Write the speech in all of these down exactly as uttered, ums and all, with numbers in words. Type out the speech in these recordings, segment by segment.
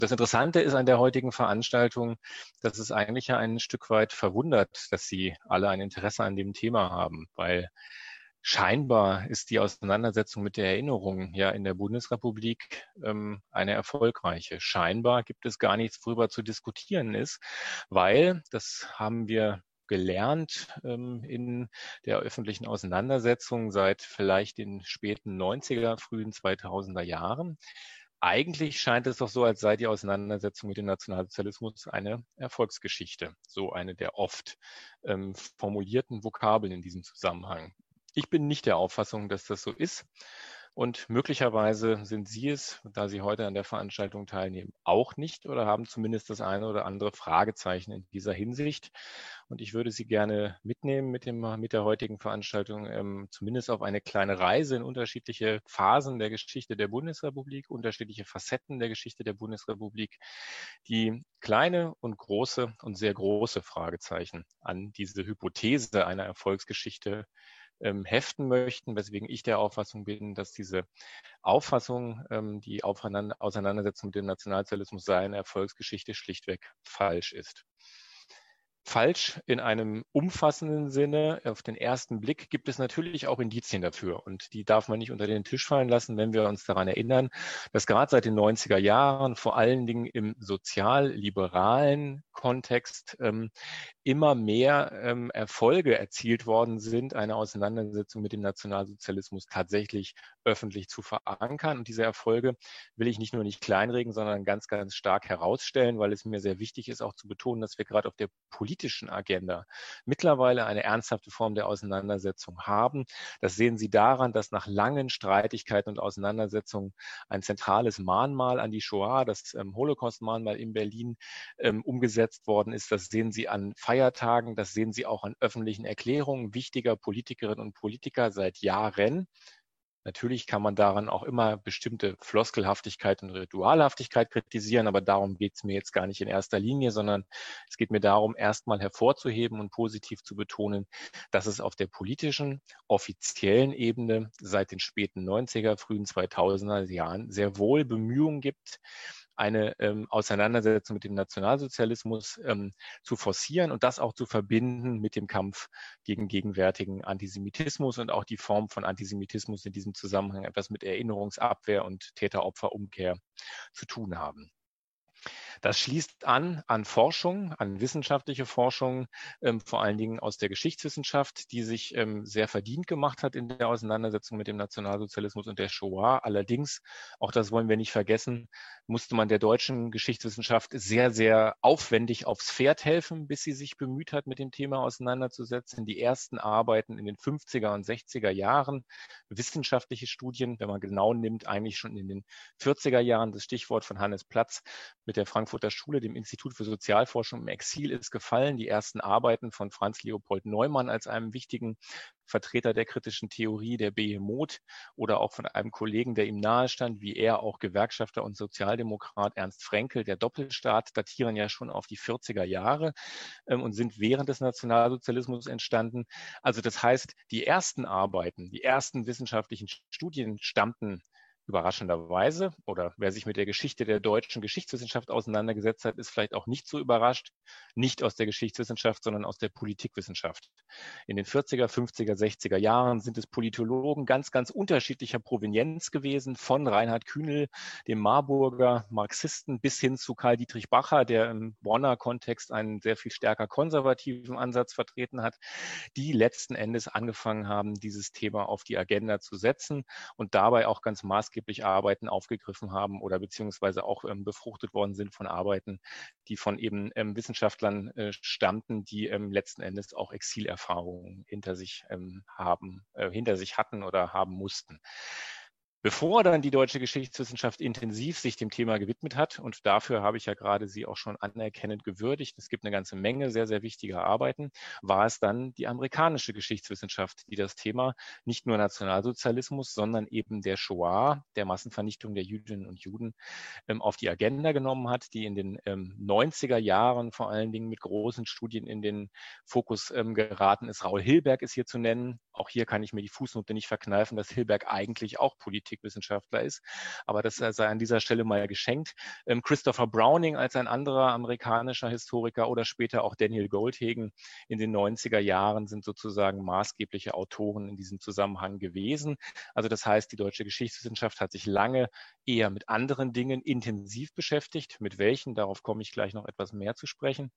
Das Interessante ist an der heutigen Veranstaltung, dass es eigentlich ja ein Stück weit verwundert, dass Sie alle ein Interesse an dem Thema haben, weil scheinbar ist die Auseinandersetzung mit der Erinnerung ja in der Bundesrepublik ähm, eine erfolgreiche. Scheinbar gibt es gar nichts, worüber zu diskutieren ist, weil, das haben wir gelernt ähm, in der öffentlichen Auseinandersetzung seit vielleicht den späten neunziger, frühen zweitausender Jahren. Eigentlich scheint es doch so, als sei die Auseinandersetzung mit dem Nationalsozialismus eine Erfolgsgeschichte, so eine der oft ähm, formulierten Vokabeln in diesem Zusammenhang. Ich bin nicht der Auffassung, dass das so ist. Und möglicherweise sind Sie es, da Sie heute an der Veranstaltung teilnehmen, auch nicht oder haben zumindest das eine oder andere Fragezeichen in dieser Hinsicht. Und ich würde Sie gerne mitnehmen mit, dem, mit der heutigen Veranstaltung, ähm, zumindest auf eine kleine Reise in unterschiedliche Phasen der Geschichte der Bundesrepublik, unterschiedliche Facetten der Geschichte der Bundesrepublik, die kleine und große und sehr große Fragezeichen an diese Hypothese einer Erfolgsgeschichte ähm, heften möchten, weswegen ich der Auffassung bin, dass diese Auffassung, ähm, die Auseinandersetzung mit dem Nationalsozialismus sei eine Erfolgsgeschichte, schlichtweg falsch ist. Falsch in einem umfassenden Sinne. Auf den ersten Blick gibt es natürlich auch Indizien dafür und die darf man nicht unter den Tisch fallen lassen, wenn wir uns daran erinnern, dass gerade seit den neunziger Jahren vor allen Dingen im sozialliberalen Kontext ähm, immer mehr ähm, Erfolge erzielt worden sind, eine Auseinandersetzung mit dem Nationalsozialismus tatsächlich öffentlich zu verankern. Und diese Erfolge will ich nicht nur nicht kleinreden, sondern ganz, ganz stark herausstellen, weil es mir sehr wichtig ist, auch zu betonen, dass wir gerade auf der politischen Agenda mittlerweile eine ernsthafte Form der Auseinandersetzung haben. Das sehen Sie daran, dass nach langen Streitigkeiten und Auseinandersetzungen ein zentrales Mahnmal an die Shoah, das ähm, Holocaust-Mahnmal in Berlin, ähm, umgesetzt worden ist. Das sehen Sie an Feiertagen, das sehen Sie auch an öffentlichen Erklärungen wichtiger Politikerinnen und Politiker seit Jahren. Natürlich kann man daran auch immer bestimmte Floskelhaftigkeit und Ritualhaftigkeit kritisieren, aber darum geht es mir jetzt gar nicht in erster Linie, sondern es geht mir darum, erstmal hervorzuheben und positiv zu betonen, dass es auf der politischen, offiziellen Ebene seit den späten neunziger, frühen zweitausender Jahren sehr wohl Bemühungen gibt, eine ähm, Auseinandersetzung mit dem Nationalsozialismus ähm, zu forcieren und das auch zu verbinden mit dem Kampf gegen gegenwärtigen Antisemitismus und auch die Form von Antisemitismus in diesem Zusammenhang etwas mit Erinnerungsabwehr und Täter-Opfer-Umkehr zu tun haben. Das schließt an an Forschung, an wissenschaftliche Forschung, ähm, vor allen Dingen aus der Geschichtswissenschaft, die sich ähm, sehr verdient gemacht hat in der Auseinandersetzung mit dem Nationalsozialismus und der Shoah. Allerdings, auch das wollen wir nicht vergessen, musste man der deutschen Geschichtswissenschaft sehr, sehr aufwendig aufs Pferd helfen, bis sie sich bemüht hat, mit dem Thema auseinanderzusetzen. Die ersten Arbeiten in den fünfziger und sechziger Jahren, wissenschaftliche Studien, wenn man genau nimmt, eigentlich schon in den vierziger Jahren, das Stichwort von Hannes Platz mit der Frankfurter Schule, dem Institut für Sozialforschung im Exil, ist gefallen. Die ersten Arbeiten von Franz Leopold Neumann als einem wichtigen Vertreter der kritischen Theorie, der Behemoth, oder auch von einem Kollegen, der ihm nahestand, wie er auch Gewerkschafter und Sozialdemokrat Ernst Fraenkel, der Doppelstaat, datieren ja schon auf die vierziger Jahre ähm, und sind während des Nationalsozialismus entstanden. Also das heißt, die ersten Arbeiten, die ersten wissenschaftlichen Studien stammten überraschenderweise, oder wer sich mit der Geschichte der deutschen Geschichtswissenschaft auseinandergesetzt hat, ist vielleicht auch nicht so überrascht, nicht aus der Geschichtswissenschaft, sondern aus der Politikwissenschaft. In den vierziger, fünfziger, sechziger Jahren sind es Politologen ganz, ganz unterschiedlicher Provenienz gewesen, von Reinhard Kühnel, dem Marburger Marxisten, bis hin zu Karl Dietrich Bacher, der im Bonner Kontext einen sehr viel stärker konservativen Ansatz vertreten hat, die letzten Endes angefangen haben, dieses Thema auf die Agenda zu setzen und dabei auch ganz maßgeblich Arbeiten aufgegriffen haben oder beziehungsweise auch ähm, befruchtet worden sind von Arbeiten, die von eben ähm, Wissenschaftlern äh, stammten, die ähm, letzten Endes auch Exilerfahrungen hinter sich ähm, haben, äh, hinter sich hatten oder haben mussten. Bevor dann die deutsche Geschichtswissenschaft intensiv sich dem Thema gewidmet hat, und dafür habe ich ja gerade Sie auch schon anerkennend gewürdigt, es gibt eine ganze Menge sehr, sehr wichtiger Arbeiten, war es dann die amerikanische Geschichtswissenschaft, die das Thema nicht nur Nationalsozialismus, sondern eben der Shoah, der Massenvernichtung der Jüdinnen und Juden, ähm, auf die Agenda genommen hat, die in den ähm, neunziger Jahren vor allen Dingen mit großen Studien in den Fokus ähm, geraten ist. Raoul Hilberg ist hier zu nennen. Auch hier kann ich mir die Fußnote nicht verkneifen, dass Hilberg eigentlich auch Politik Politikwissenschaftler ist. Aber das sei an dieser Stelle mal geschenkt. Ähm, Christopher Browning als ein anderer amerikanischer Historiker oder später auch Daniel Goldhagen in den neunziger Jahren sind sozusagen maßgebliche Autoren in diesem Zusammenhang gewesen. Also das heißt, die deutsche Geschichtswissenschaft hat sich lange eher mit anderen Dingen intensiv beschäftigt. Mit welchen? Darauf komme ich gleich noch etwas mehr zu sprechen.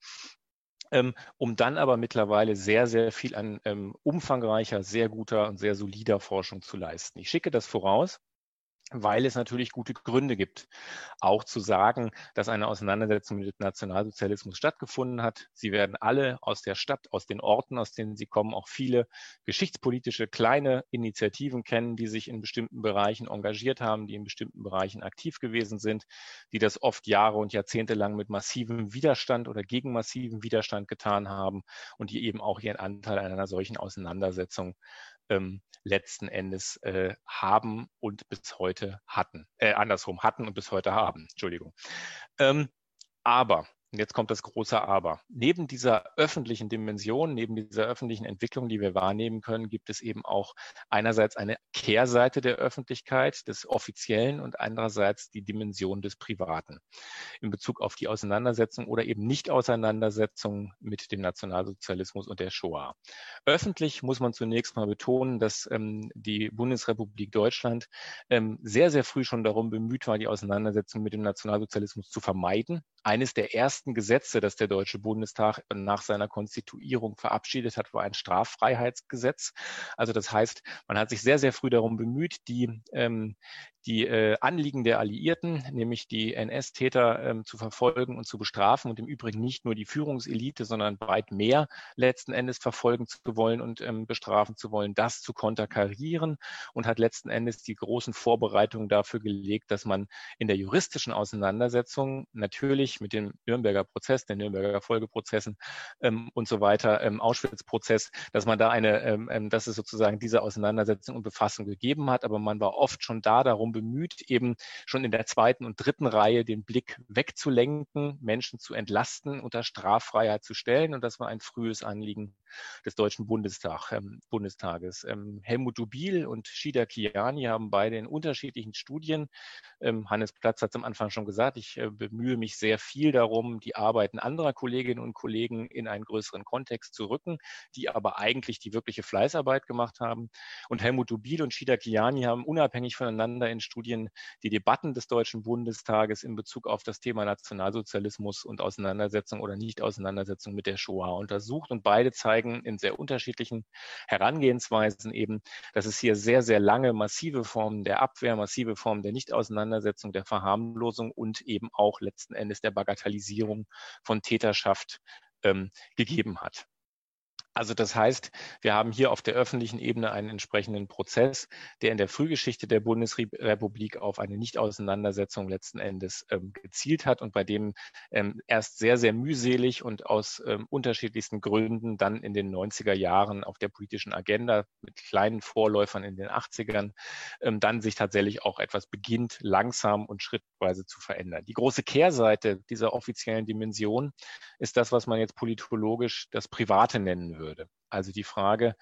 Ähm, um dann aber mittlerweile sehr, sehr viel an ähm, umfangreicher, sehr guter und sehr solider Forschung zu leisten. Ich schicke das voraus, weil es natürlich gute Gründe gibt, auch zu sagen, dass eine Auseinandersetzung mit dem Nationalsozialismus stattgefunden hat. Sie werden alle aus der Stadt, aus den Orten, aus denen sie kommen, auch viele geschichtspolitische kleine Initiativen kennen, die sich in bestimmten Bereichen engagiert haben, die in bestimmten Bereichen aktiv gewesen sind, die das oft Jahre und Jahrzehnte lang mit massivem Widerstand oder gegen massiven Widerstand getan haben und die eben auch ihren Anteil an einer solchen Auseinandersetzung Ähm, letzten Endes äh, haben und bis heute hatten, äh, andersrum hatten und bis heute haben, Entschuldigung. Ähm, aber, und jetzt kommt das große Aber, neben dieser öffentlichen Dimension, neben dieser öffentlichen Entwicklung, die wir wahrnehmen können, gibt es eben auch einerseits eine Kehrseite der Öffentlichkeit, des Offiziellen und andererseits die Dimension des Privaten in Bezug auf die Auseinandersetzung oder eben Nicht-Auseinandersetzung mit dem Nationalsozialismus und der Shoah. Öffentlich muss man zunächst mal betonen, dass ähm, die Bundesrepublik Deutschland ähm, sehr, sehr früh schon darum bemüht war, die Auseinandersetzung mit dem Nationalsozialismus zu vermeiden. Eines der ersten Gesetze, das der Deutsche Bundestag nach seiner Konstituierung verabschiedet hat, war ein Straffreiheitsgesetz. Also das heißt, man hat sich sehr, sehr früh darum bemüht, die, ähm, die äh, Anliegen der Alliierten, nämlich die N S-Täter, ähm, zu verfolgen und zu bestrafen und im Übrigen nicht nur die Führungselite, sondern weit mehr letzten Endes verfolgen zu wollen und ähm, bestrafen zu wollen, das zu konterkarieren und hat letzten Endes die großen Vorbereitungen dafür gelegt, dass man in der juristischen Auseinandersetzung natürlich mit dem Nürnberger Prozess, den Nürnberger Folgeprozessen ähm, und so weiter, ähm, Auschwitz-Prozess, dass man da eine, ähm, dass es sozusagen diese Auseinandersetzung und Befassung gegeben hat, aber man war oft schon da darum bemüht, eben schon in der zweiten und dritten Reihe den Blick wegzulenken, Menschen zu entlasten, unter Straffreiheit zu stellen und das war ein frühes Anliegen des Deutschen Bundestag, ähm, Bundestages. Ähm, Helmut Dubil und Shida Kiani haben beide in unterschiedlichen Studien, ähm, Hannes Platz hat es am Anfang schon gesagt, ich äh, bemühe mich sehr viel darum, die Arbeiten anderer Kolleginnen und Kollegen in einen größeren Kontext zu rücken, die aber eigentlich die wirkliche Fleißarbeit gemacht haben. Und Helmut Dubil und Shida Kiani haben unabhängig voneinander in Studien die Debatten des Deutschen Bundestages in Bezug auf das Thema Nationalsozialismus und Auseinandersetzung oder Nicht-Auseinandersetzung mit der Shoah untersucht. Und beide zeigen in sehr unterschiedlichen Herangehensweisen eben, dass es hier sehr, sehr lange massive Formen der Abwehr, massive Formen der Nicht-Auseinandersetzung, der Verharmlosung und eben auch letzten Endes der Bagatellisierung von Täterschaft ähm, gegeben hat. Also das heißt, wir haben hier auf der öffentlichen Ebene einen entsprechenden Prozess, der in der Frühgeschichte der Bundesrepublik auf eine Nicht-Auseinandersetzung letzten Endes ähm, gezielt hat und bei dem ähm, erst sehr, sehr mühselig und aus ähm, unterschiedlichsten Gründen dann in den neunziger Jahren auf der politischen Agenda mit kleinen Vorläufern in den achtzigern ähm, dann sich tatsächlich auch etwas beginnt, langsam und schrittweise zu verändern. Die große Kehrseite dieser offiziellen Dimension ist das, was man jetzt politologisch das Private nennen würde. Würde. Also die Frage,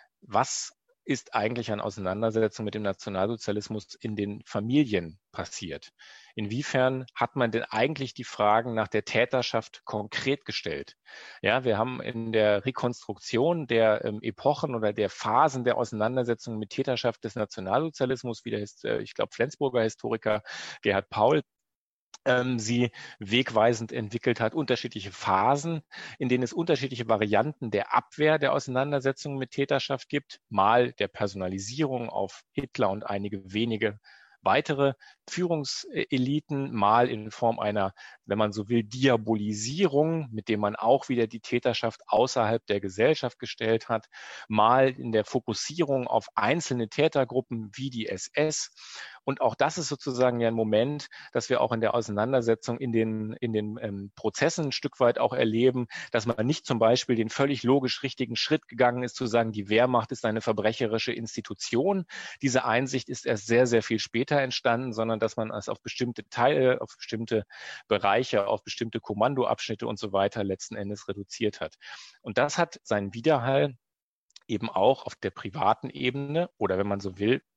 was ist eigentlich an Auseinandersetzung mit dem Nationalsozialismus in den Familien passiert? Inwiefern hat man denn eigentlich die Fragen nach der Täterschaft konkret gestellt? Ja, wir haben in der Rekonstruktion der ähm, Epochen oder der Phasen der Auseinandersetzung mit Täterschaft des Nationalsozialismus, wie der, äh, ich glaube, Flensburger Historiker Gerhard Paul sie wegweisend entwickelt hat, unterschiedliche Phasen, in denen es unterschiedliche Varianten der Abwehr der Auseinandersetzung mit Täterschaft gibt, mal der Personalisierung auf Hitler und einige wenige weitere Führungseliten, mal in Form einer, wenn man so will, Diabolisierung, mit dem man auch wieder die Täterschaft außerhalb der Gesellschaft gestellt hat, mal in der Fokussierung auf einzelne Tätergruppen wie die S S. Und auch das ist sozusagen ja ein Moment, dass wir auch in der Auseinandersetzung in den, in den ähm, Prozessen ein Stück weit auch erleben, dass man nicht zum Beispiel den völlig logisch richtigen Schritt gegangen ist, zu sagen, die Wehrmacht ist eine verbrecherische Institution. Diese Einsicht ist erst sehr, sehr viel später entstanden, sondern dass man es auf bestimmte Teile, auf bestimmte Bereiche, auf bestimmte Kommandoabschnitte und so weiter letzten Endes reduziert hat. Und das hat seinen Widerhall eben auch auf der privaten Ebene oder wenn man so will,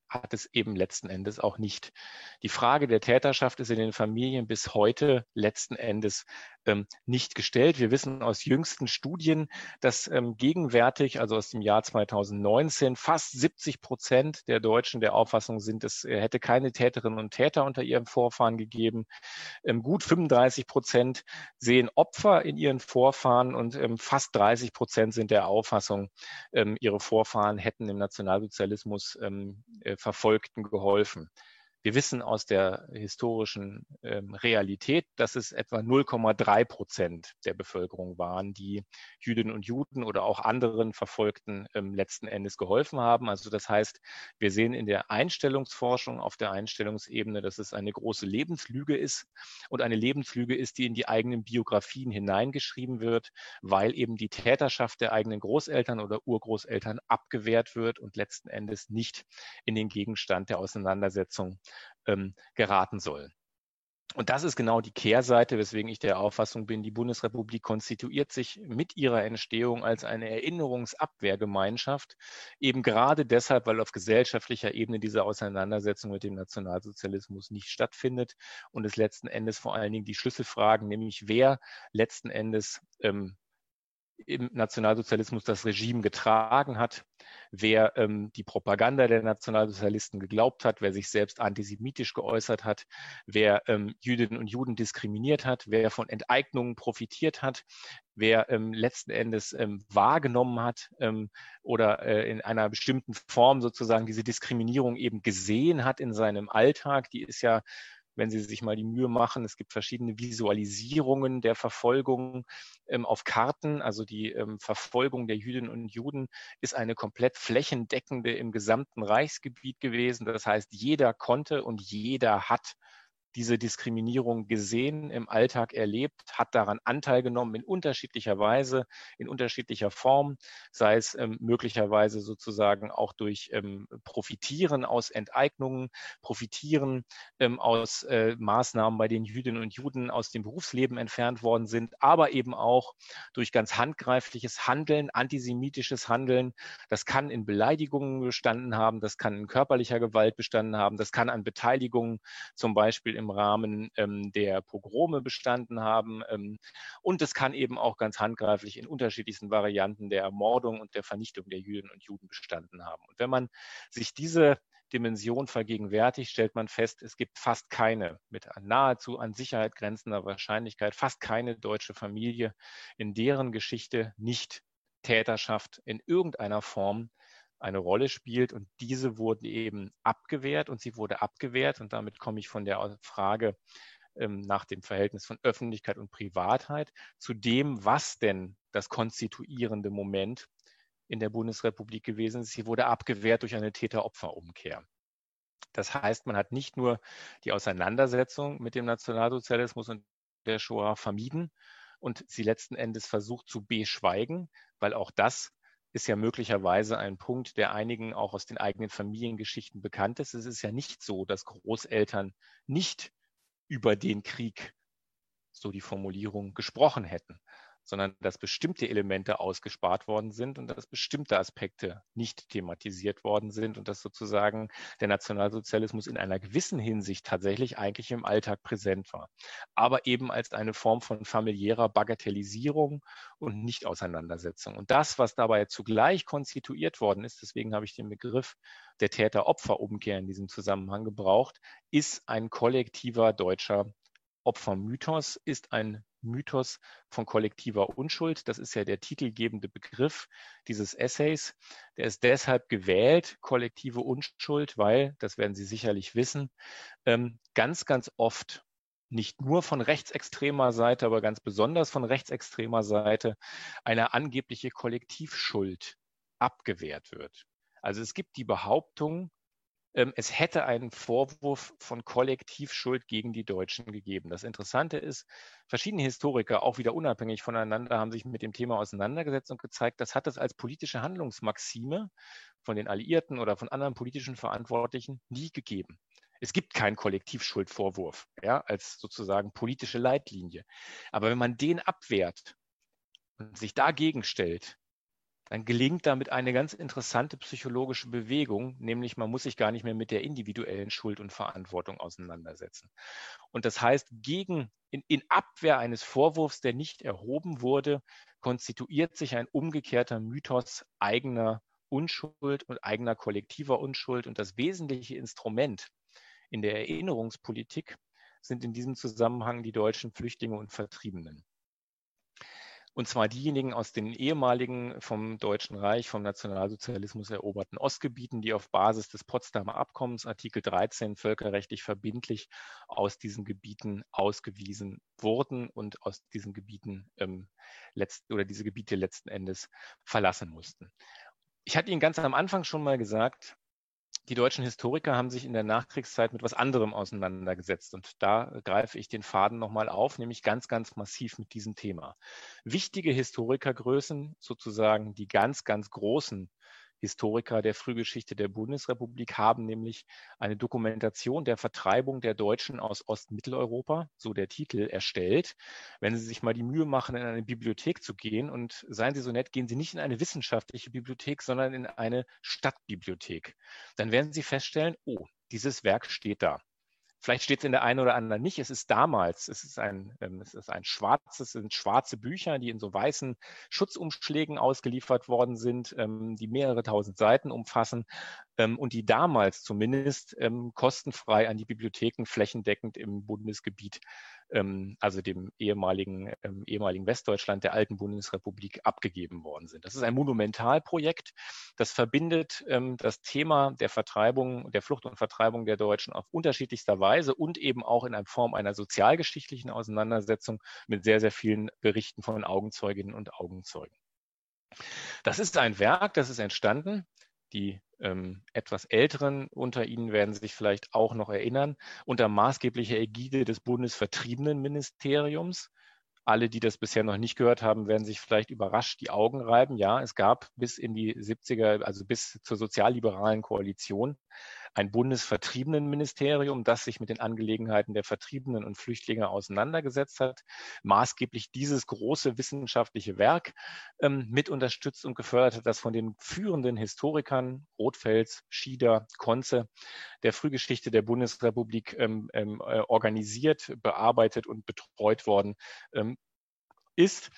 hat es eben letzten Endes auch nicht. Die Frage der Täterschaft ist in den Familien bis heute letzten Endes ähm, nicht gestellt. Wir wissen aus jüngsten Studien, dass ähm, gegenwärtig, also aus dem Jahr zweitausendneunzehn, fast siebzig Prozent der Deutschen der Auffassung sind, es hätte keine Täterinnen und Täter unter ihrem Vorfahren gegeben. Ähm, gut fünfunddreißig Prozent sehen Opfer in ihren Vorfahren und ähm, fast dreißig Prozent sind der Auffassung, ähm, ihre Vorfahren hätten im Nationalsozialismus ähm, äh, Verfolgten geholfen. Wir wissen aus der historischen ähm, Realität, dass es etwa null Komma drei Prozent der Bevölkerung waren, die Jüdinnen und Juden oder auch anderen Verfolgten ähm, letzten Endes geholfen haben. Also das heißt, wir sehen in der Einstellungsforschung auf der Einstellungsebene, dass es eine große Lebenslüge ist und eine Lebenslüge ist, die in die eigenen Biografien hineingeschrieben wird, weil eben die Täterschaft der eigenen Großeltern oder Urgroßeltern abgewehrt wird und letzten Endes nicht in den Gegenstand der Auseinandersetzung ähm, geraten soll. Und das ist genau die Kehrseite, weswegen ich der Auffassung bin, die Bundesrepublik konstituiert sich mit ihrer Entstehung als eine Erinnerungsabwehrgemeinschaft, eben gerade deshalb, weil auf gesellschaftlicher Ebene diese Auseinandersetzung mit dem Nationalsozialismus nicht stattfindet und es letzten Endes vor allen Dingen die Schlüsselfragen, nämlich wer letzten Endes ähm, im Nationalsozialismus das Regime getragen hat, wer ähm, die Propaganda der Nationalsozialisten geglaubt hat, wer sich selbst antisemitisch geäußert hat, wer ähm, Jüdinnen und Juden diskriminiert hat, wer von Enteignungen profitiert hat, wer ähm, letzten Endes ähm, wahrgenommen hat ähm, oder äh, in einer bestimmten Form sozusagen diese Diskriminierung eben gesehen hat in seinem Alltag. Die ist ja, wenn Sie sich mal die Mühe machen, es gibt verschiedene Visualisierungen der Verfolgung ähm, auf Karten. Also die ähm, Verfolgung der Jüdinnen und Juden ist eine komplett flächendeckende im gesamten Reichsgebiet gewesen. Das heißt, jeder konnte und jeder hat diese Diskriminierung gesehen, im Alltag erlebt, hat daran Anteil genommen in unterschiedlicher Weise, in unterschiedlicher Form, sei es ähm, möglicherweise sozusagen auch durch ähm, Profitieren aus Enteignungen, Profitieren ähm, aus äh, Maßnahmen, bei denen Jüdinnen und Juden aus dem Berufsleben entfernt worden sind, aber eben auch durch ganz handgreifliches Handeln, antisemitisches Handeln. Das kann in Beleidigungen bestanden haben, das kann in körperlicher Gewalt bestanden haben, das kann an Beteiligungen zum Beispiel im Rahmen ähm, der Pogrome bestanden haben. Ähm, und es kann eben auch ganz handgreiflich in unterschiedlichsten Varianten der Ermordung und der Vernichtung der Jüdinnen und Juden bestanden haben. Und wenn man sich diese Dimension vergegenwärtigt, stellt man fest, es gibt fast keine, mit nahezu an Sicherheit grenzender Wahrscheinlichkeit, fast keine deutsche Familie, in deren Geschichte nicht Täterschaft in irgendeiner Form eine Rolle spielt, und diese wurde eben abgewehrt und sie wurde abgewehrt und damit komme ich von der Frage ähm, nach dem Verhältnis von Öffentlichkeit und Privatheit zu dem, was denn das konstituierende Moment in der Bundesrepublik gewesen ist. Sie wurde abgewehrt durch eine Täter-Opfer-Umkehr. Das heißt, man hat nicht nur die Auseinandersetzung mit dem Nationalsozialismus und der Shoah vermieden und sie letzten Endes versucht zu beschweigen, weil auch das ist ja möglicherweise ein Punkt, der einigen auch aus den eigenen Familiengeschichten bekannt ist. Es ist ja nicht so, dass Großeltern nicht über den Krieg, so die Formulierung, gesprochen hätten, sondern dass bestimmte Elemente ausgespart worden sind und dass bestimmte Aspekte nicht thematisiert worden sind und dass sozusagen der Nationalsozialismus in einer gewissen Hinsicht tatsächlich eigentlich im Alltag präsent war, aber eben als eine Form von familiärer Bagatellisierung und Nicht-Auseinandersetzung. Und das, was dabei zugleich konstituiert worden ist, deswegen habe ich den Begriff der Täter-Opfer-Umkehr in diesem Zusammenhang gebraucht, ist ein kollektiver deutscher Opfermythos, ist ein Mythos von kollektiver Unschuld. Das ist ja der titelgebende Begriff dieses Essays. Der ist deshalb gewählt, kollektive Unschuld, weil, das werden Sie sicherlich wissen, ganz, ganz oft nicht nur von rechtsextremer Seite, aber ganz besonders von rechtsextremer Seite eine angebliche Kollektivschuld abgewehrt wird. Also es gibt die Behauptung, es hätte einen Vorwurf von Kollektivschuld gegen die Deutschen gegeben. Das Interessante ist, verschiedene Historiker, auch wieder unabhängig voneinander, haben sich mit dem Thema auseinandergesetzt und gezeigt, das hat es als politische Handlungsmaxime von den Alliierten oder von anderen politischen Verantwortlichen nie gegeben. Es gibt keinen Kollektivschuldvorwurf, ja, als sozusagen politische Leitlinie. Aber wenn man den abwehrt und sich dagegen stellt, dann gelingt damit eine ganz interessante psychologische Bewegung, nämlich man muss sich gar nicht mehr mit der individuellen Schuld und Verantwortung auseinandersetzen. Und das heißt, gegen, in, in Abwehr eines Vorwurfs, der nicht erhoben wurde, konstituiert sich ein umgekehrter Mythos eigener Unschuld und eigener kollektiver Unschuld. Und das wesentliche Instrument in der Erinnerungspolitik sind in diesem Zusammenhang die deutschen Flüchtlinge und Vertriebenen. Und zwar diejenigen aus den ehemaligen vom Deutschen Reich, vom Nationalsozialismus eroberten Ostgebieten, die auf Basis des Potsdamer Abkommens, Artikel dreizehn, völkerrechtlich verbindlich aus diesen Gebieten ausgewiesen wurden und aus diesen Gebieten ähm, letzt, oder diese Gebiete letzten Endes verlassen mussten. Ich hatte Ihnen ganz am Anfang schon mal gesagt, die deutschen Historiker haben sich in der Nachkriegszeit mit was anderem auseinandergesetzt. Und da greife ich den Faden nochmal auf, nämlich ganz, ganz massiv mit diesem Thema. Wichtige Historikergrößen, sozusagen die ganz, ganz großen Historiker der Frühgeschichte der Bundesrepublik, haben nämlich eine Dokumentation der Vertreibung der Deutschen aus Ostmitteleuropa, so der Titel, erstellt. Wenn Sie sich mal die Mühe machen, in eine Bibliothek zu gehen, und seien Sie so nett, gehen Sie nicht in eine wissenschaftliche Bibliothek, sondern in eine Stadtbibliothek, dann werden Sie feststellen, oh, dieses Werk steht da. Vielleicht steht es in der einen oder anderen nicht. Es ist damals, es ist ein, es ist ein schwarzes, es sind schwarze Bücher, die in so weißen Schutzumschlägen ausgeliefert worden sind, die mehrere tausend Seiten umfassen und die damals zumindest kostenfrei an die Bibliotheken flächendeckend im Bundesgebiet, also dem ehemaligen, ehemaligen Westdeutschland, der alten Bundesrepublik, abgegeben worden sind. Das ist ein Monumentalprojekt, das verbindet das Thema der Vertreibung, der Flucht und Vertreibung der Deutschen auf unterschiedlichster Weise und eben auch in einer Form einer sozialgeschichtlichen Auseinandersetzung mit sehr, sehr vielen Berichten von Augenzeuginnen und Augenzeugen. Das ist ein Werk, das ist entstanden. Die ähm, etwas Älteren unter Ihnen werden sich vielleicht auch noch erinnern, unter maßgeblicher Ägide des Bundesvertriebenenministeriums. Alle, die das bisher noch nicht gehört haben, werden sich vielleicht überrascht die Augen reiben. Ja, es gab bis in die siebziger, also bis zur sozialliberalen Koalition, ein Bundesvertriebenenministerium, das sich mit den Angelegenheiten der Vertriebenen und Flüchtlinge auseinandergesetzt hat, maßgeblich dieses große wissenschaftliche Werk ähm, mit unterstützt und gefördert hat, das von den führenden Historikern Rothfels, Schieder, Konze der Frühgeschichte der Bundesrepublik ähm, ähm, organisiert, bearbeitet und betreut worden ähm, ist.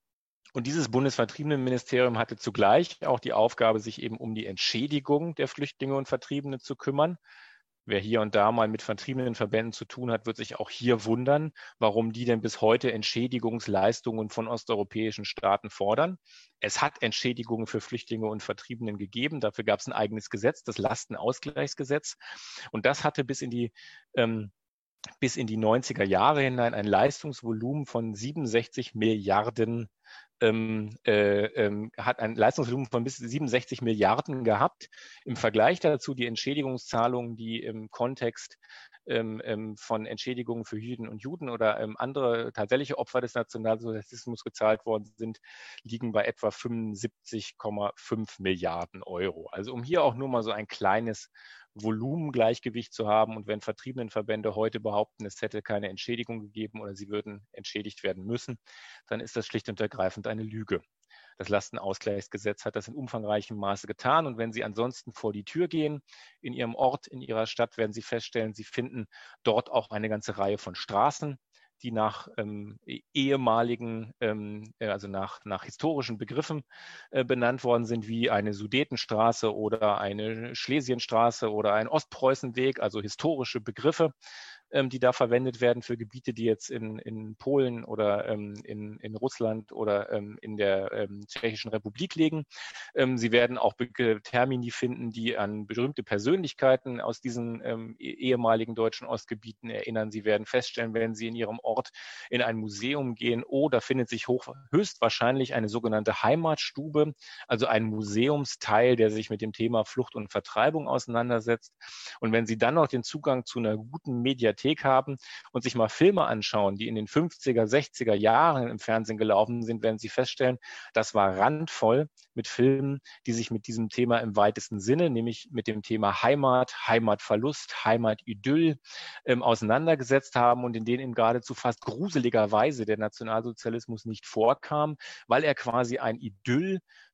Und dieses Bundesvertriebenenministerium hatte zugleich auch die Aufgabe, sich eben um die Entschädigung der Flüchtlinge und Vertriebene zu kümmern. Wer hier und da mal mit Vertriebenenverbänden zu tun hat, wird sich auch hier wundern, warum die denn bis heute Entschädigungsleistungen von osteuropäischen Staaten fordern. Es hat Entschädigungen für Flüchtlinge und Vertriebenen gegeben. Dafür gab es ein eigenes Gesetz, das Lastenausgleichsgesetz. Und das hatte bis in die ähm, bis in die neunziger Jahre hinein ein Leistungsvolumen von siebenundsechzig Milliarden Ähm, äh, ähm, hat ein Leistungsvolumen von bis siebenundsechzig Milliarden gehabt. Im Vergleich dazu die Entschädigungszahlungen, die im Kontext ähm, ähm, von Entschädigungen für Jüdinnen und Juden oder ähm, andere tatsächliche Opfer des Nationalsozialismus gezahlt worden sind, liegen bei etwa fünfundsiebzig Komma fünf Milliarden Euro. Also um hier auch nur mal so ein kleines Volumengleichgewicht zu haben. Und wenn Vertriebenenverbände heute behaupten, es hätte keine Entschädigung gegeben oder sie würden entschädigt werden müssen, dann ist das schlicht und ergreifend eine Lüge. Das Lastenausgleichsgesetz hat das in umfangreichem Maße getan. Und wenn Sie ansonsten vor die Tür gehen, in Ihrem Ort, in Ihrer Stadt, werden Sie feststellen, Sie finden dort auch eine ganze Reihe von Straßen, die nach ähm, ehemaligen, ähm, also nach, nach historischen Begriffen äh, benannt worden sind, wie eine Sudetenstraße oder eine Schlesienstraße oder ein Ostpreußenweg, also historische Begriffe, ähm, die da verwendet werden für Gebiete, die jetzt in, in Polen oder ähm, in, in Russland oder ähm, in der ähm, Tschechischen Republik liegen. Ähm, Sie werden auch Termini finden, die an berühmte Persönlichkeiten aus diesen ähm, ehemaligen deutschen Ostgebieten erinnern. Sie werden feststellen, wenn Sie in Ihrem Ort in ein Museum gehen, oh, da findet sich hoch, höchstwahrscheinlich eine sogenannte Heimatstube, also ein Museumsteil, der sich mit dem Thema Flucht und Vertreibung auseinandersetzt. Und wenn Sie dann noch den Zugang zu einer guten Mediathek haben und sich mal Filme anschauen, die in den fünfziger, sechziger Jahren im Fernsehen gelaufen sind, werden Sie feststellen, das war randvoll mit Filmen, die sich mit diesem Thema im weitesten Sinne, nämlich mit dem Thema Heimat, Heimatverlust, Heimatidyll ähm, auseinandergesetzt haben und in denen in geradezu fast gruseliger Weise der Nationalsozialismus nicht vorkam, weil er quasi ein Idyll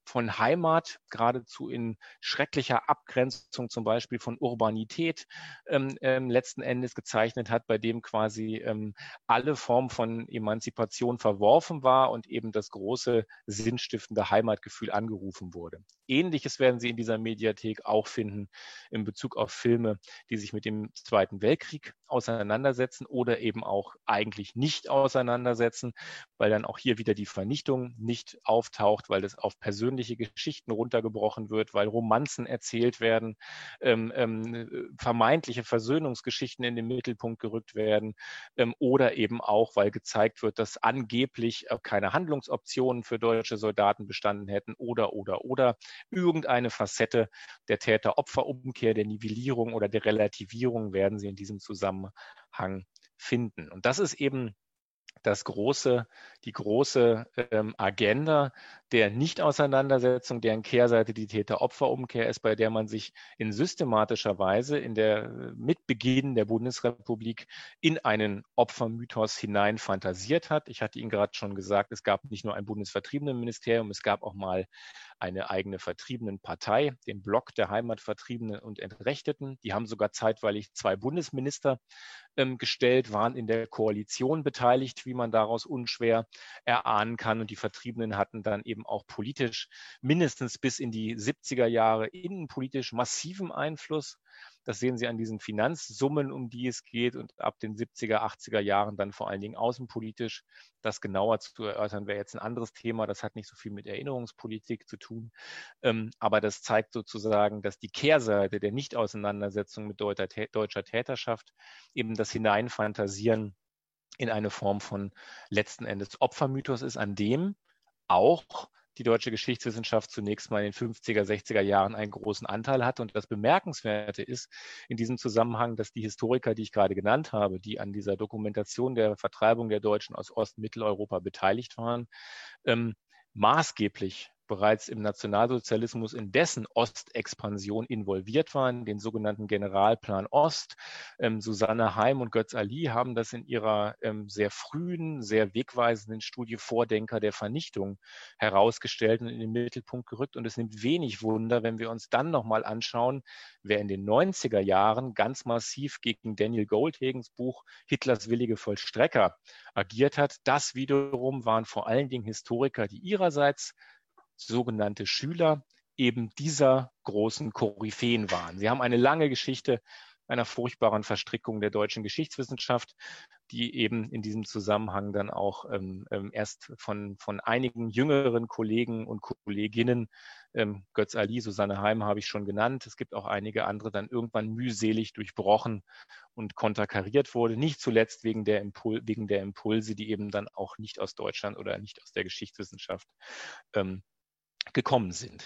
von Heimat, geradezu in schrecklicher Abgrenzung zum Beispiel von Urbanität ähm, ähm, letzten Endes gezeichnet hat, bei dem quasi ähm, alle Form von Emanzipation verworfen war und eben das große sinnstiftende Heimatgefühl angerufen wurde. Ähnliches werden Sie in dieser Mediathek auch finden in Bezug auf Filme, die sich mit dem Zweiten Weltkrieg auseinandersetzen oder eben auch eigentlich nicht auseinandersetzen, weil dann auch hier wieder die Vernichtung nicht auftaucht, weil das auf persönliche Geschichten runtergebrochen wird, weil Romanzen erzählt werden, ähm, ähm, vermeintliche Versöhnungsgeschichten in den Mittelpunkt gerückt werden ähm, oder eben auch, weil gezeigt wird, dass angeblich keine Handlungsoptionen für deutsche Soldaten bestanden hätten oder, oder, oder irgendeine Facette der Täter-Opfer-Umkehr, der Nivellierung oder der Relativierung werden Sie in diesem Zusammenhang finden. Und das ist eben das große, die große ähm, Agenda der Nicht-Auseinandersetzung, deren Kehrseite die Täter-Opfer-Umkehr ist, bei der man sich in systematischer Weise in der mit Beginn der Bundesrepublik in einen Opfermythos hinein fantasiert hat. Ich hatte Ihnen gerade schon gesagt, es gab nicht nur ein Bundesvertriebenenministerium, es gab auch mal eine eigene Vertriebenenpartei, den Block der Heimatvertriebenen und Entrechteten. Die haben sogar zeitweilig zwei Bundesminister ähm, gestellt, waren in der Koalition beteiligt, wie man daraus unschwer erahnen kann. Und die Vertriebenen hatten dann eben auch politisch mindestens bis in die siebziger Jahre innenpolitisch massiven Einfluss. Das sehen Sie an diesen Finanzsummen, um die es geht, und ab den siebziger, achtziger Jahren dann vor allen Dingen außenpolitisch. Das genauer zu erörtern wäre jetzt ein anderes Thema. Das hat nicht so viel mit Erinnerungspolitik zu tun. Aber das zeigt sozusagen, dass die Kehrseite der Nicht-Auseinandersetzung mit deutscher Täterschaft eben das Hineinfantasieren in eine Form von letzten Endes Opfermythos ist, an dem auch die deutsche Geschichtswissenschaft zunächst mal in den fünfziger, sechziger Jahren einen großen Anteil hatte. Und das Bemerkenswerte ist in diesem Zusammenhang, dass die Historiker, die ich gerade genannt habe, die an dieser Dokumentation der Vertreibung der Deutschen aus Ost- und Mitteleuropa beteiligt waren, ähm, maßgeblich bereits im Nationalsozialismus in dessen Ostexpansion involviert waren, den sogenannten Generalplan Ost. Ähm, Susanne Heim und Götz Ali haben das in ihrer ähm, sehr frühen, sehr wegweisenden Studie Vordenker der Vernichtung herausgestellt und in den Mittelpunkt gerückt. Und es nimmt wenig Wunder, wenn wir uns dann nochmal anschauen, wer in den neunziger Jahren ganz massiv gegen Daniel Goldhagens Buch Hitlers willige Vollstrecker agiert hat. Das wiederum waren vor allen Dingen Historiker, die ihrerseits sogenannte Schüler eben dieser großen Koryphäen waren. Sie haben eine lange Geschichte einer furchtbaren Verstrickung der deutschen Geschichtswissenschaft, die eben in diesem Zusammenhang dann auch ähm, erst von, von einigen jüngeren Kollegen und Kolleginnen, ähm, Götz Ali, Susanne Heim habe ich schon genannt, es gibt auch einige andere, dann irgendwann mühselig durchbrochen und konterkariert wurde, nicht zuletzt wegen der, Impul wegen der Impulse, die eben dann auch nicht aus Deutschland oder nicht aus der Geschichtswissenschaft ähm, gekommen sind.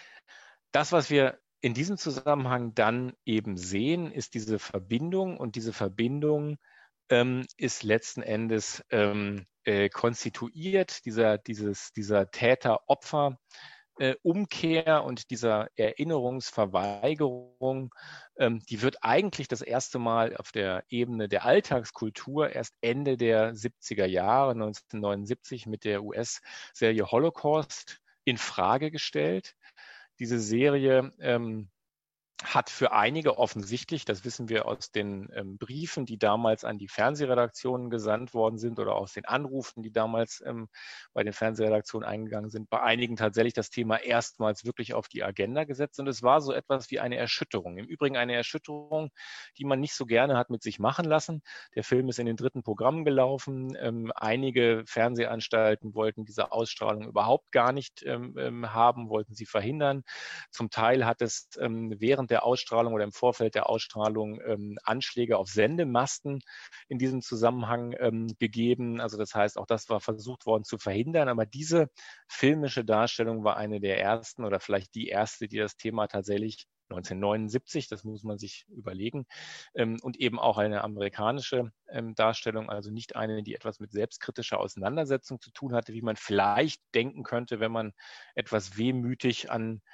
Das, was wir in diesem Zusammenhang dann eben sehen, ist diese Verbindung, und diese Verbindung ähm, ist letzten Endes ähm, äh, konstituiert, dieser, dieses, dieser Täter-Opfer- Äh, Umkehr und dieser Erinnerungsverweigerung, ähm, die wird eigentlich das erste Mal auf der Ebene der Alltagskultur erst Ende der siebziger Jahre, neunzehnhundertneunundsiebzig, mit der U S-Serie Holocaust in Frage gestellt. Diese Serie ähm, hat für einige offensichtlich, das wissen wir aus den ähm, Briefen, die damals an die Fernsehredaktionen gesandt worden sind oder aus den Anrufen, die damals ähm, bei den Fernsehredaktionen eingegangen sind, bei einigen tatsächlich das Thema erstmals wirklich auf die Agenda gesetzt. Und es war so etwas wie eine Erschütterung. Im Übrigen eine Erschütterung, die man nicht so gerne hat mit sich machen lassen. Der Film ist in den dritten Programm gelaufen. Ähm, einige Fernsehanstalten wollten diese Ausstrahlung überhaupt gar nicht ähm, haben, wollten sie verhindern. Zum Teil hat es ähm, während der Ausstrahlung oder im Vorfeld der Ausstrahlung ähm, Anschläge auf Sendemasten in diesem Zusammenhang ähm, gegeben. Also das heißt, auch das war versucht worden zu verhindern. Aber diese filmische Darstellung war eine der ersten oder vielleicht die erste, die das Thema tatsächlich neunzehnhundertneunundsiebzig, das muss man sich überlegen, ähm, und eben auch eine amerikanische ähm, Darstellung, also nicht eine, die etwas mit selbstkritischer Auseinandersetzung zu tun hatte, wie man vielleicht denken könnte, wenn man etwas wehmütig an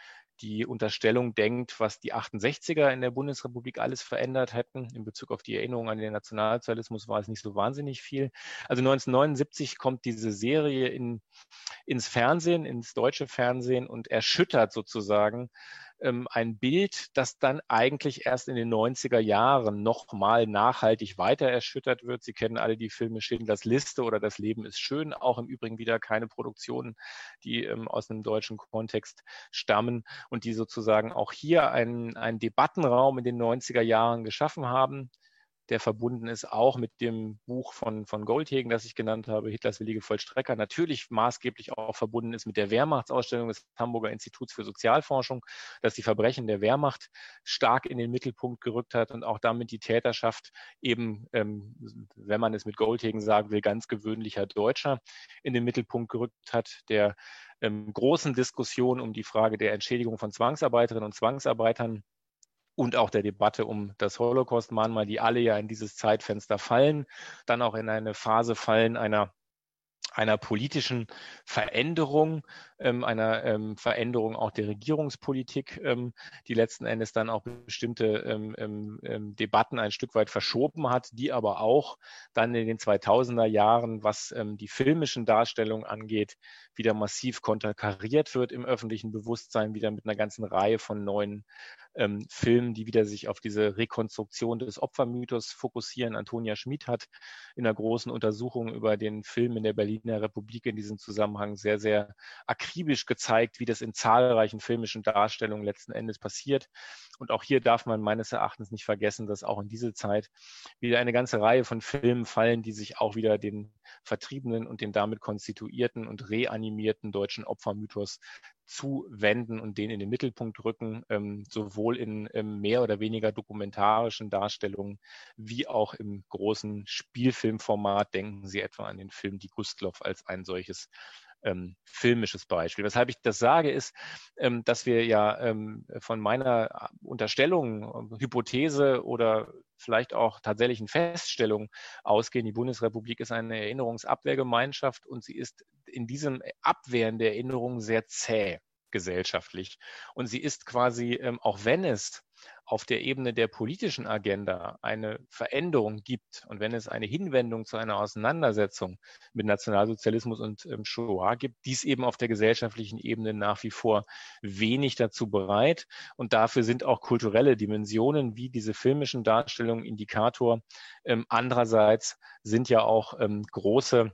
die Unterstellung denkt, was die achtundsechziger in der Bundesrepublik alles verändert hätten. In Bezug auf die Erinnerung an den Nationalsozialismus war es nicht so wahnsinnig viel. Also neunzehnhundertneunundsiebzig kommt diese Serie in, ins Fernsehen, ins deutsche Fernsehen und erschüttert sozusagen ähm, ein Bild, das dann eigentlich erst in den neunziger Jahren nochmal nachhaltig weiter erschüttert wird. Sie kennen alle die Filme Schindlers Liste oder Das Leben ist schön, auch im Übrigen wieder keine Produktionen, die ähm, aus einem deutschen Kontext stammen und die sozusagen auch hier einen, einen Debattenraum in den neunziger Jahren geschaffen haben, der verbunden ist auch mit dem Buch von, von Goldhagen, das ich genannt habe, Hitlers willige Vollstrecker, natürlich maßgeblich auch verbunden ist mit der Wehrmachtsausstellung des Hamburger Instituts für Sozialforschung, das die Verbrechen der Wehrmacht stark in den Mittelpunkt gerückt hat und auch damit die Täterschaft eben, ähm, wenn man es mit Goldhagen sagen will, ganz gewöhnlicher Deutscher in den Mittelpunkt gerückt hat, der ähm, großen Diskussion um die Frage der Entschädigung von Zwangsarbeiterinnen und Zwangsarbeitern und auch der Debatte um das Holocaust-Mahnmal, die alle ja in dieses Zeitfenster fallen, dann auch in eine Phase fallen einer einer politischen Veränderung, ähm, einer ähm, Veränderung auch der Regierungspolitik, ähm, die letzten Endes dann auch bestimmte ähm, ähm, Debatten ein Stück weit verschoben hat, die aber auch dann in den zweitausender Jahren, was ähm, die filmischen Darstellungen angeht, wieder massiv konterkariert wird im öffentlichen Bewusstsein, wieder mit einer ganzen Reihe von neuen ähm, Filmen, die wieder sich auf diese Rekonstruktion des Opfermythos fokussieren. Antonia Schmid hat in einer großen Untersuchung über den Film in der Berliner Republik in diesem Zusammenhang sehr, sehr akribisch gezeigt, wie das in zahlreichen filmischen Darstellungen letzten Endes passiert. Und auch hier darf man meines Erachtens nicht vergessen, dass auch in diese Zeit wieder eine ganze Reihe von Filmen fallen, die sich auch wieder den vertriebenen und den damit konstituierten und reanimierten deutschen Opfermythos zuwenden und den in den Mittelpunkt rücken, ähm, sowohl in ähm, mehr oder weniger dokumentarischen Darstellungen wie auch im großen Spielfilmformat. Denken Sie etwa an den Film Die Gustloff als ein solches ähm, filmisches Beispiel. Weshalb ich das sage, ist, ähm, dass wir ja ähm, von meiner Unterstellung, Hypothese oder vielleicht auch tatsächlichen Feststellung ausgehen. Die Bundesrepublik ist eine Erinnerungsabwehrgemeinschaft und sie ist in diesem Abwehren der Erinnerung sehr zäh gesellschaftlich. Und sie ist quasi, ähm, auch wenn es auf der Ebene der politischen Agenda eine Veränderung gibt und wenn es eine Hinwendung zu einer Auseinandersetzung mit Nationalsozialismus und ähm, Shoah gibt, dies eben auf der gesellschaftlichen Ebene nach wie vor wenig dazu bereit. Und dafür sind auch kulturelle Dimensionen wie diese filmischen Darstellungen Indikator. Ähm, andererseits sind ja auch ähm, große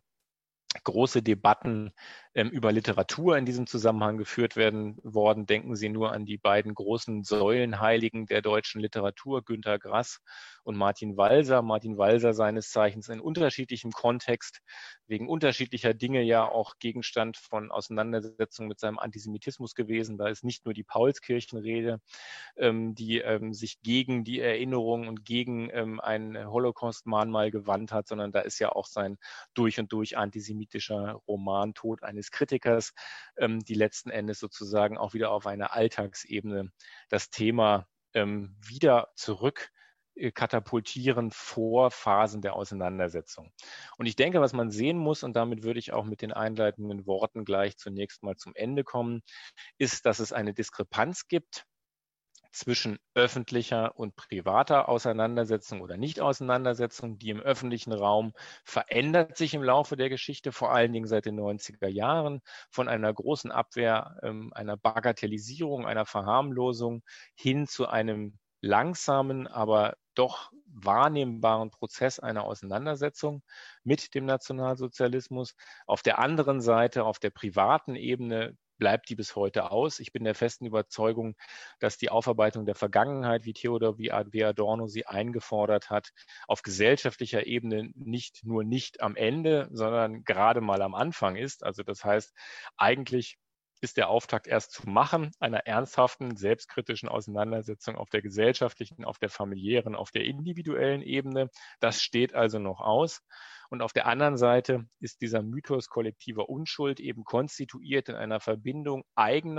große Debatten ähm, über Literatur in diesem Zusammenhang geführt werden worden. Denken Sie nur an die beiden großen Säulenheiligen der deutschen Literatur, Günter Grass und Martin Walser. Martin Walser seines Zeichens in unterschiedlichem Kontext, wegen unterschiedlicher Dinge ja auch Gegenstand von Auseinandersetzungen mit seinem Antisemitismus gewesen. Da ist nicht nur die Paulskirchenrede, ähm, die ähm, sich gegen die Erinnerung und gegen ähm, ein Holocaust-Mahnmal gewandt hat, sondern da ist ja auch sein durch und durch antisemitischer Roman Tod eines Kritikers, ähm, die letzten Endes sozusagen auch wieder auf einer Alltagsebene das Thema ähm, wieder zurück katapultieren vor Phasen der Auseinandersetzung. Und ich denke, was man sehen muss, und damit würde ich auch mit den einleitenden Worten gleich zunächst mal zum Ende kommen, ist, dass es eine Diskrepanz gibt zwischen öffentlicher und privater Auseinandersetzung oder Nicht-Auseinandersetzung. Die im öffentlichen Raum verändert sich im Laufe der Geschichte, vor allen Dingen seit den neunziger Jahren, von einer großen Abwehr, ähm, einer Bagatellisierung, einer Verharmlosung hin zu einem langsamen, aber doch wahrnehmbaren Prozess einer Auseinandersetzung mit dem Nationalsozialismus. Auf der anderen Seite, auf der privaten Ebene, bleibt die bis heute aus. Ich bin der festen Überzeugung, dass die Aufarbeitung der Vergangenheit, wie Theodor W. Adorno sie eingefordert hat, auf gesellschaftlicher Ebene nicht nur nicht am Ende, sondern gerade mal am Anfang ist. Also das heißt, eigentlich ist der Auftakt erst zu machen, einer ernsthaften, selbstkritischen Auseinandersetzung auf der gesellschaftlichen, auf der familiären, auf der individuellen Ebene. Das steht also noch aus. Und auf der anderen Seite ist dieser Mythos kollektiver Unschuld eben konstituiert in einer Verbindung eigener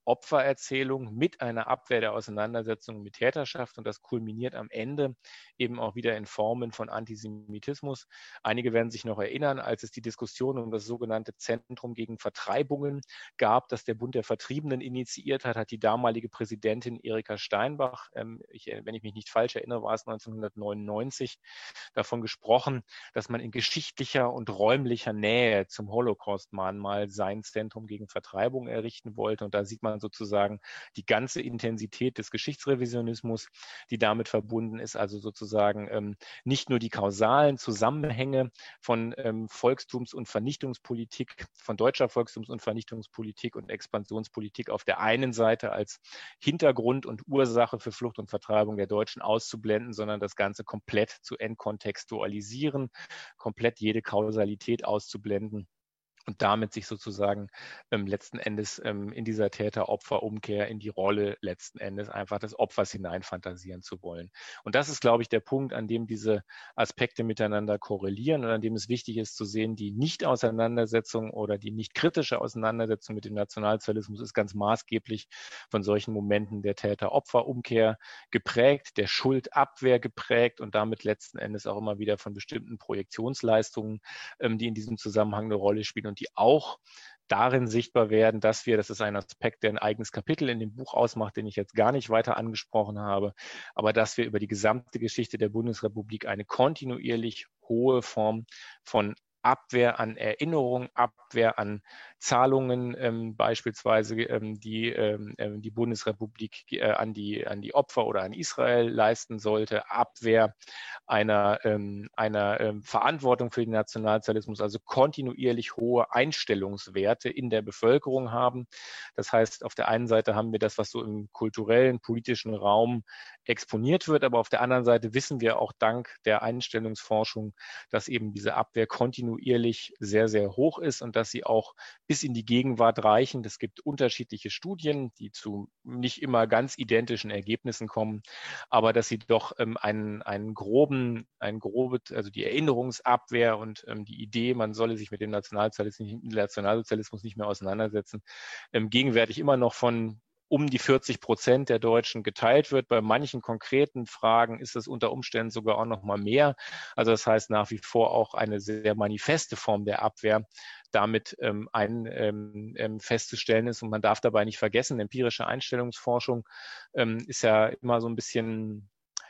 Opfererzählung mit einer Abwehr der Auseinandersetzung mit Täterschaft und das kulminiert am Ende eben auch wieder in Formen von Antisemitismus. Einige werden sich noch erinnern, als es die Diskussion um das sogenannte Zentrum gegen Vertreibungen gab, das der Bund der Vertriebenen initiiert hat, hat die damalige Präsidentin Erika Steinbach, ähm, ich, wenn ich mich nicht falsch erinnere, war es neunzehnhundertneunundneunzig, davon gesprochen, dass man in geschichtlicher und räumlicher Nähe zum Holocaust-Mahnmal sein Zentrum gegen Vertreibung errichten wollte. Und da sieht man sozusagen die ganze Intensität des Geschichtsrevisionismus, die damit verbunden ist, also sozusagen ähm, nicht nur die kausalen Zusammenhänge von ähm, Volkstums- und Vernichtungspolitik, von deutscher Volkstums- und Vernichtungspolitik und Expansionspolitik auf der einen Seite als Hintergrund und Ursache für Flucht und Vertreibung der Deutschen auszublenden, sondern das Ganze komplett zu entkontextualisieren, komplett jede Kausalität auszublenden und damit sich sozusagen ähm, letzten Endes ähm, in dieser Täter-Opfer-Umkehr in die Rolle letzten Endes einfach des Opfers hineinfantasieren zu wollen. Und das ist, glaube ich, der Punkt, an dem diese Aspekte miteinander korrelieren und an dem es wichtig ist zu sehen, die Nicht-Auseinandersetzung oder die nicht kritische Auseinandersetzung mit dem Nationalsozialismus ist ganz maßgeblich von solchen Momenten der Täter-Opfer-Umkehr geprägt, der Schuldabwehr geprägt und damit letzten Endes auch immer wieder von bestimmten Projektionsleistungen, ähm, die in diesem Zusammenhang eine Rolle spielen und die auch darin sichtbar werden, dass wir, das ist ein Aspekt, der ein eigenes Kapitel in dem Buch ausmacht, den ich jetzt gar nicht weiter angesprochen habe, aber dass wir über die gesamte Geschichte der Bundesrepublik eine kontinuierlich hohe Form von Abwehr an Erinnerung, Abwehr an Zahlungen, ähm, beispielsweise ähm, die ähm, die Bundesrepublik äh, an die an die Opfer oder an Israel leisten sollte, Abwehr einer ähm, einer ähm, Verantwortung für den Nationalsozialismus, also kontinuierlich hohe Einstellungswerte in der Bevölkerung haben. Das heißt, auf der einen Seite haben wir das, was so im kulturellen, politischen Raum exponiert wird, aber auf der anderen Seite wissen wir auch dank der Einstellungsforschung, dass eben diese Abwehr kontinuierlich sehr, sehr hoch ist und dass sie auch bis in die Gegenwart reichen. Es gibt unterschiedliche Studien, die zu nicht immer ganz identischen Ergebnissen kommen, aber dass sie doch ähm, einen, einen groben, einen grobe, also die Erinnerungsabwehr und ähm, die Idee, man solle sich mit dem Nationalsozialismus, Nationalsozialismus nicht mehr auseinandersetzen, ähm, gegenwärtig immer noch von um die vierzig Prozent der Deutschen geteilt wird. Bei manchen konkreten Fragen ist es unter Umständen sogar auch noch mal mehr. Also das heißt nach wie vor auch eine sehr manifeste Form der Abwehr damit ähm, ein, ähm, ähm, festzustellen ist. Und man darf dabei nicht vergessen, empirische Einstellungsforschung ähm, ist ja immer so ein bisschen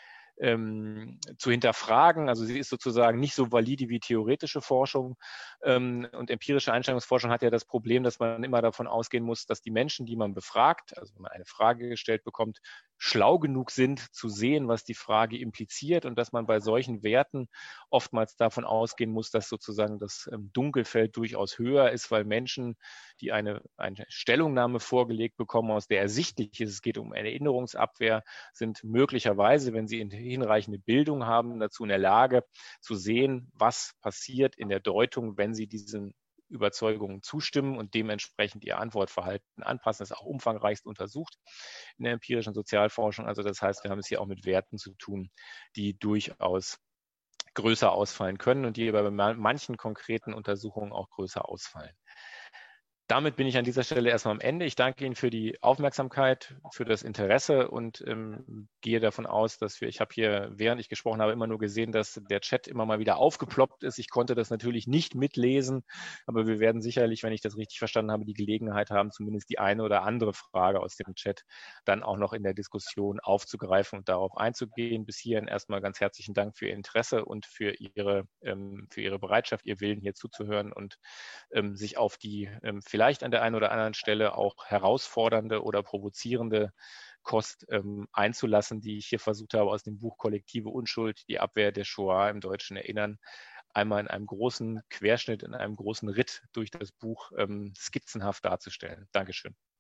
Ähm, zu hinterfragen. Also sie ist sozusagen nicht so valide wie theoretische Forschung. Ähm, und empirische Einstellungsforschung hat ja das Problem, dass man immer davon ausgehen muss, dass die Menschen, die man befragt, also wenn man eine Frage gestellt bekommt, schlau genug sind zu sehen, was die Frage impliziert und dass man bei solchen Werten oftmals davon ausgehen muss, dass sozusagen das ähm, Dunkelfeld durchaus höher ist, weil Menschen, die eine, eine Stellungnahme vorgelegt bekommen, aus der ersichtlich ist, es geht um eine Erinnerungsabwehr, sind möglicherweise, wenn sie hinreichende Bildung haben, dazu in der Lage zu sehen, was passiert in der Deutung, wenn sie diesen Überzeugungen zustimmen und dementsprechend ihr Antwortverhalten anpassen. Das ist auch umfangreichst untersucht in der empirischen Sozialforschung. Also das heißt, wir haben es hier auch mit Werten zu tun, die durchaus größer ausfallen können und die bei manchen konkreten Untersuchungen auch größer ausfallen. Damit bin ich an dieser Stelle erstmal am Ende. Ich danke Ihnen für die Aufmerksamkeit, für das Interesse und ähm, gehe davon aus, dass wir, ich habe hier, während ich gesprochen habe, immer nur gesehen, dass der Chat immer mal wieder aufgeploppt ist. Ich konnte das natürlich nicht mitlesen, aber wir werden sicherlich, wenn ich das richtig verstanden habe, die Gelegenheit haben, zumindest die eine oder andere Frage aus dem Chat dann auch noch in der Diskussion aufzugreifen und darauf einzugehen. Bis hierhin erstmal ganz herzlichen Dank für Ihr Interesse und für Ihre, ähm, für Ihre Bereitschaft, Ihr Willen hier zuzuhören und ähm, sich auf die ähm, vielleicht an der einen oder anderen Stelle auch herausfordernde oder provozierende Kost ähm, einzulassen, die ich hier versucht habe, aus dem Buch Kollektive Unschuld, die Abwehr der Shoah im Deutschen Erinnern, einmal in einem großen Querschnitt, in einem großen Ritt durch das Buch ähm, skizzenhaft darzustellen. Dankeschön.